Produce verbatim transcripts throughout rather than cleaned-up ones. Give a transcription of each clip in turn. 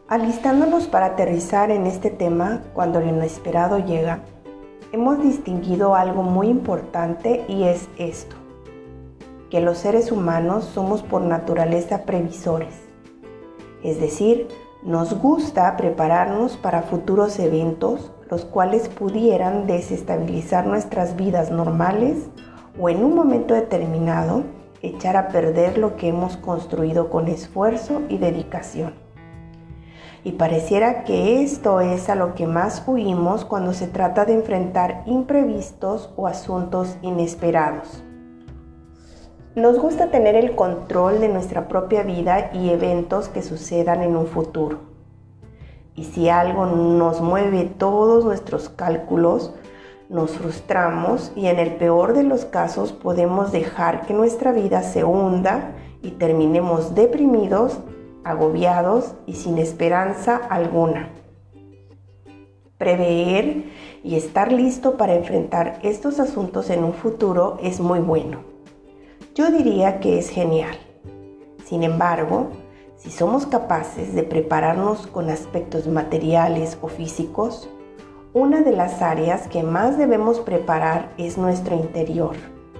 Alistándonos para aterrizar en este tema cuando lo inesperado llega, hemos distinguido algo muy importante y es esto, que los seres humanos somos por naturaleza previsores, es decir, nos gusta prepararnos para futuros eventos, los cuales pudieran desestabilizar nuestras vidas normales o en un momento determinado echar a perder lo que hemos construido con esfuerzo y dedicación. Y pareciera que esto es a lo que más huimos cuando se trata de enfrentar imprevistos o asuntos inesperados. Nos gusta tener el control de nuestra propia vida y eventos que sucedan en un futuro. Y si algo nos mueve todos nuestros cálculos, nos frustramos y en el peor de los casos podemos dejar que nuestra vida se hunda y terminemos deprimidos, agobiados y sin esperanza alguna. Prever y estar listo para enfrentar estos asuntos en un futuro es muy bueno. Yo diría que es genial. Sin embargo, si somos capaces de prepararnos con aspectos materiales o físicos, una de las áreas que más debemos preparar es nuestro interior.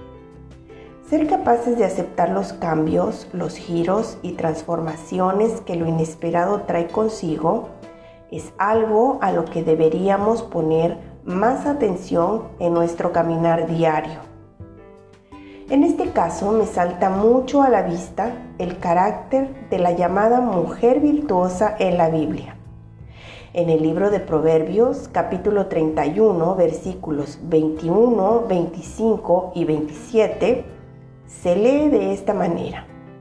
Ser capaces de aceptar los cambios, los giros y transformaciones que lo inesperado trae consigo es algo a lo que deberíamos poner más atención en nuestro caminar diario. En este caso me salta mucho a la vista el carácter de la llamada mujer virtuosa en la Biblia. En el libro de Proverbios, capítulo treinta y uno, versículos veintiuno, veinticinco y veintisiete, se lee de esta manera.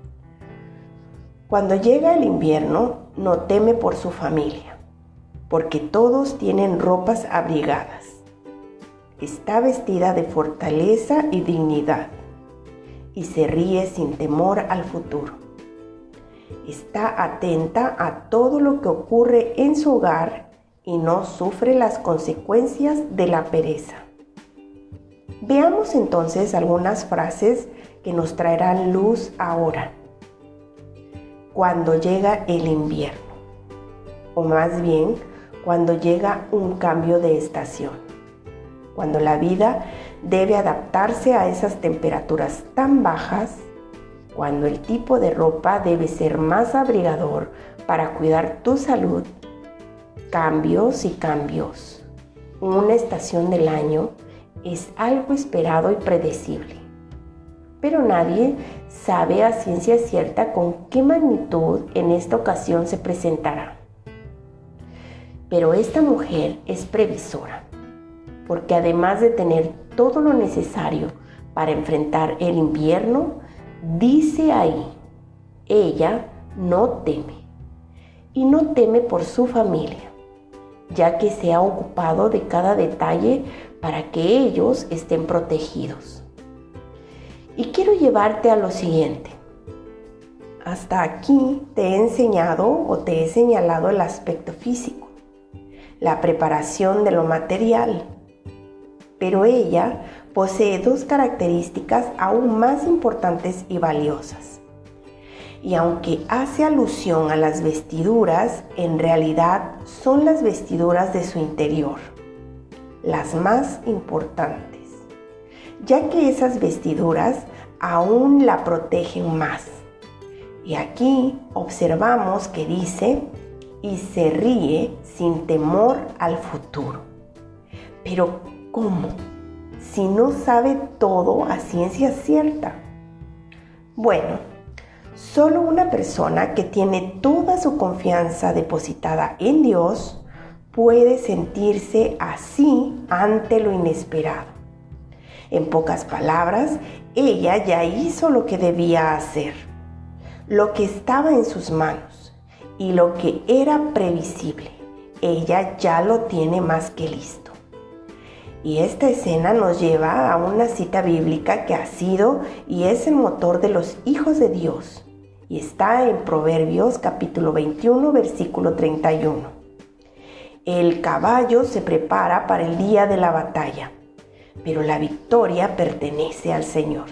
Cuando llega el invierno, no teme por su familia, porque todos tienen ropas abrigadas. Está vestida de fortaleza y dignidad, y se ríe sin temor al futuro. Está atenta a todo lo que ocurre en su hogar y no sufre las consecuencias de la pereza. Veamos entonces algunas frases que nos traerán luz ahora. Cuando llega el invierno, o más bien, cuando llega un cambio de estación, cuando la vida debe adaptarse a esas temperaturas tan bajas, cuando el tipo de ropa debe ser más abrigador para cuidar tu salud, cambios y cambios. Una estación del año es algo esperado y predecible, pero nadie sabe a ciencia cierta con qué magnitud en esta ocasión se presentará. Pero esta mujer es previsora, porque además de tener todo lo necesario para enfrentar el invierno, dice ahí, ella no teme, y no teme por su familia, ya que se ha ocupado de cada detalle para que ellos estén protegidos. Y quiero llevarte a lo siguiente. Hasta aquí te he enseñado o te he señalado el aspecto físico, la preparación de lo material, pero ella posee dos características aún más importantes y valiosas. Y aunque hace alusión a las vestiduras, en realidad son las vestiduras de su interior, las más importantes, ya que esas vestiduras aún la protegen más. Y aquí observamos que dice, y se ríe sin temor al futuro. Pero, ¿cómo? Si no sabe todo a ciencia cierta. Bueno, solo una persona que tiene toda su confianza depositada en Dios puede sentirse así ante lo inesperado. En pocas palabras, ella ya hizo lo que debía hacer, lo que estaba en sus manos y lo que era previsible. Ella ya lo tiene más que listo. Y esta escena nos lleva a una cita bíblica que ha sido y es el motor de los hijos de Dios. Y está en Proverbios capítulo veintiuno, versículo treinta y uno. El caballo se prepara para el día de la batalla, pero la victoria pertenece al Señor.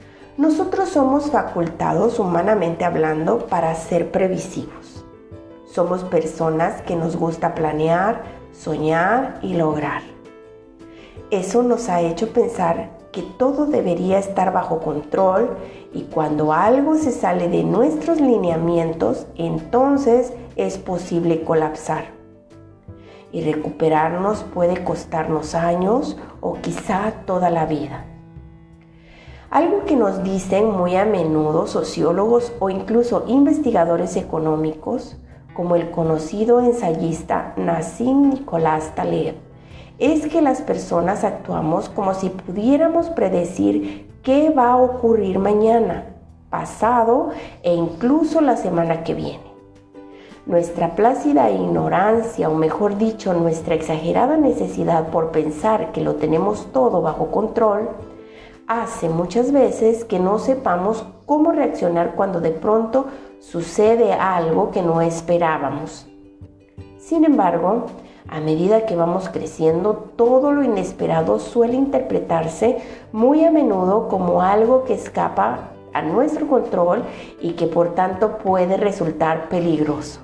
Nosotros somos facultados, humanamente hablando, para ser previsivos. Somos personas que nos gusta planear, soñar y lograr. Eso nos ha hecho pensar que todo debería estar bajo control y cuando algo se sale de nuestros lineamientos, entonces es posible colapsar. Y recuperarnos puede costarnos años o quizá toda la vida. Algo que nos dicen muy a menudo sociólogos o incluso investigadores económicos, como el conocido ensayista Nassim Nicolás Taleb, es que las personas actuamos como si pudiéramos predecir qué va a ocurrir mañana, pasado e incluso la semana que viene. Nuestra plácida ignorancia, o mejor dicho, nuestra exagerada necesidad por pensar que lo tenemos todo bajo control, hace muchas veces que no sepamos cómo reaccionar cuando de pronto sucede algo que no esperábamos. Sin embargo, a medida que vamos creciendo, todo lo inesperado suele interpretarse muy a menudo como algo que escapa a nuestro control y que por tanto puede resultar peligroso.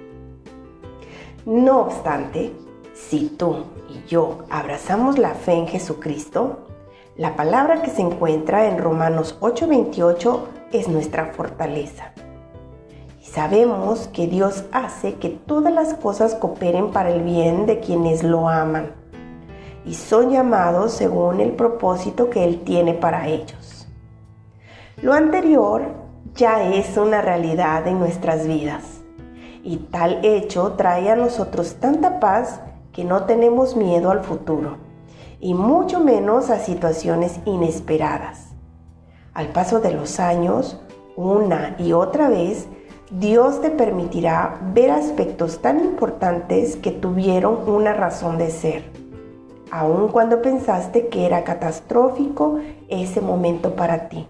No obstante, si tú y yo abrazamos la fe en Jesucristo, la palabra que se encuentra en Romanos ocho veintiocho es nuestra fortaleza. Y sabemos que Dios hace que todas las cosas cooperen para el bien de quienes lo aman y son llamados según el propósito que Él tiene para ellos. Lo anterior ya es una realidad en nuestras vidas. Y tal hecho trae a nosotros tanta paz que no tenemos miedo al futuro, y mucho menos a situaciones inesperadas. Al paso de los años, una y otra vez, Dios te permitirá ver aspectos tan importantes que tuvieron una razón de ser, aun cuando pensaste que era catastrófico ese momento para ti.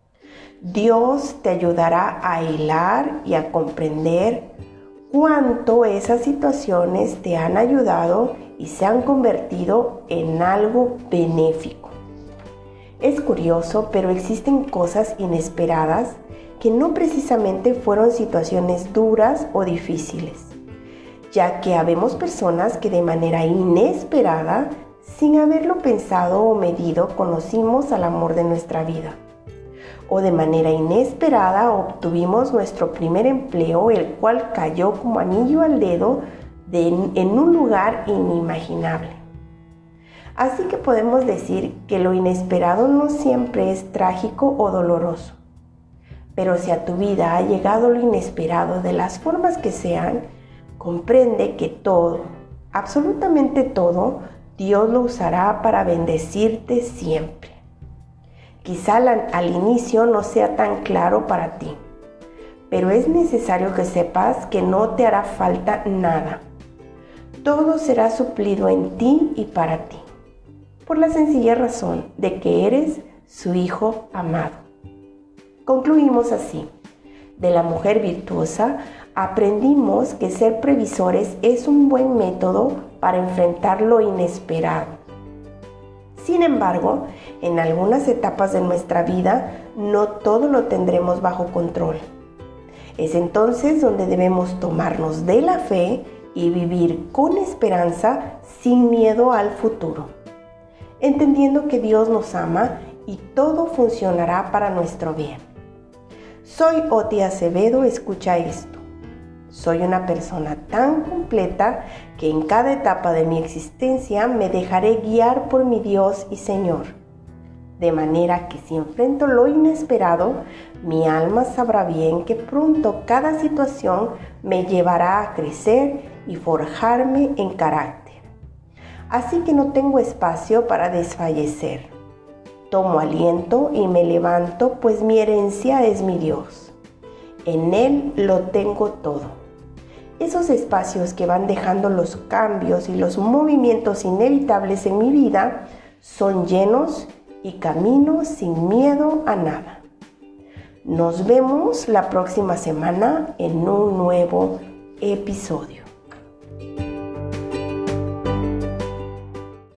Dios te ayudará a hilar y a comprender cuánto esas situaciones te han ayudado y se han convertido en algo benéfico. Es curioso, pero existen cosas inesperadas que no precisamente fueron situaciones duras o difíciles, ya que habemos personas que de manera inesperada, sin haberlo pensado o medido, conocimos al amor de nuestra vida. O de manera inesperada obtuvimos nuestro primer empleo, el cual cayó como anillo al dedo de, en un lugar inimaginable. Así que podemos decir que lo inesperado no siempre es trágico o doloroso. Pero si a tu vida ha llegado lo inesperado de las formas que sean, comprende que todo, absolutamente todo, Dios lo usará para bendecirte siempre. Quizá al, al inicio no sea tan claro para ti, pero es necesario que sepas que no te hará falta nada. Todo será suplido en ti y para ti, por la sencilla razón de que eres su hijo amado. Concluimos así. De la mujer virtuosa aprendimos que ser previsores es un buen método para enfrentar lo inesperado. Sin embargo, en algunas etapas de nuestra vida no todo lo tendremos bajo control. Es entonces donde debemos tomarnos de la fe y vivir con esperanza sin miedo al futuro, entendiendo que Dios nos ama y todo funcionará para nuestro bien. Soy Oti Acevedo, escucha esto. Soy una persona tan completa que en cada etapa de mi existencia me dejaré guiar por mi Dios y Señor. De manera que si enfrento lo inesperado, mi alma sabrá bien que pronto cada situación me llevará a crecer y forjarme en carácter. Así que no tengo espacio para desfallecer. Tomo aliento y me levanto, pues mi herencia es mi Dios. En Él lo tengo todo. Esos espacios que van dejando los cambios y los movimientos inevitables en mi vida son llenos y camino sin miedo a nada. Nos vemos la próxima semana en un nuevo episodio.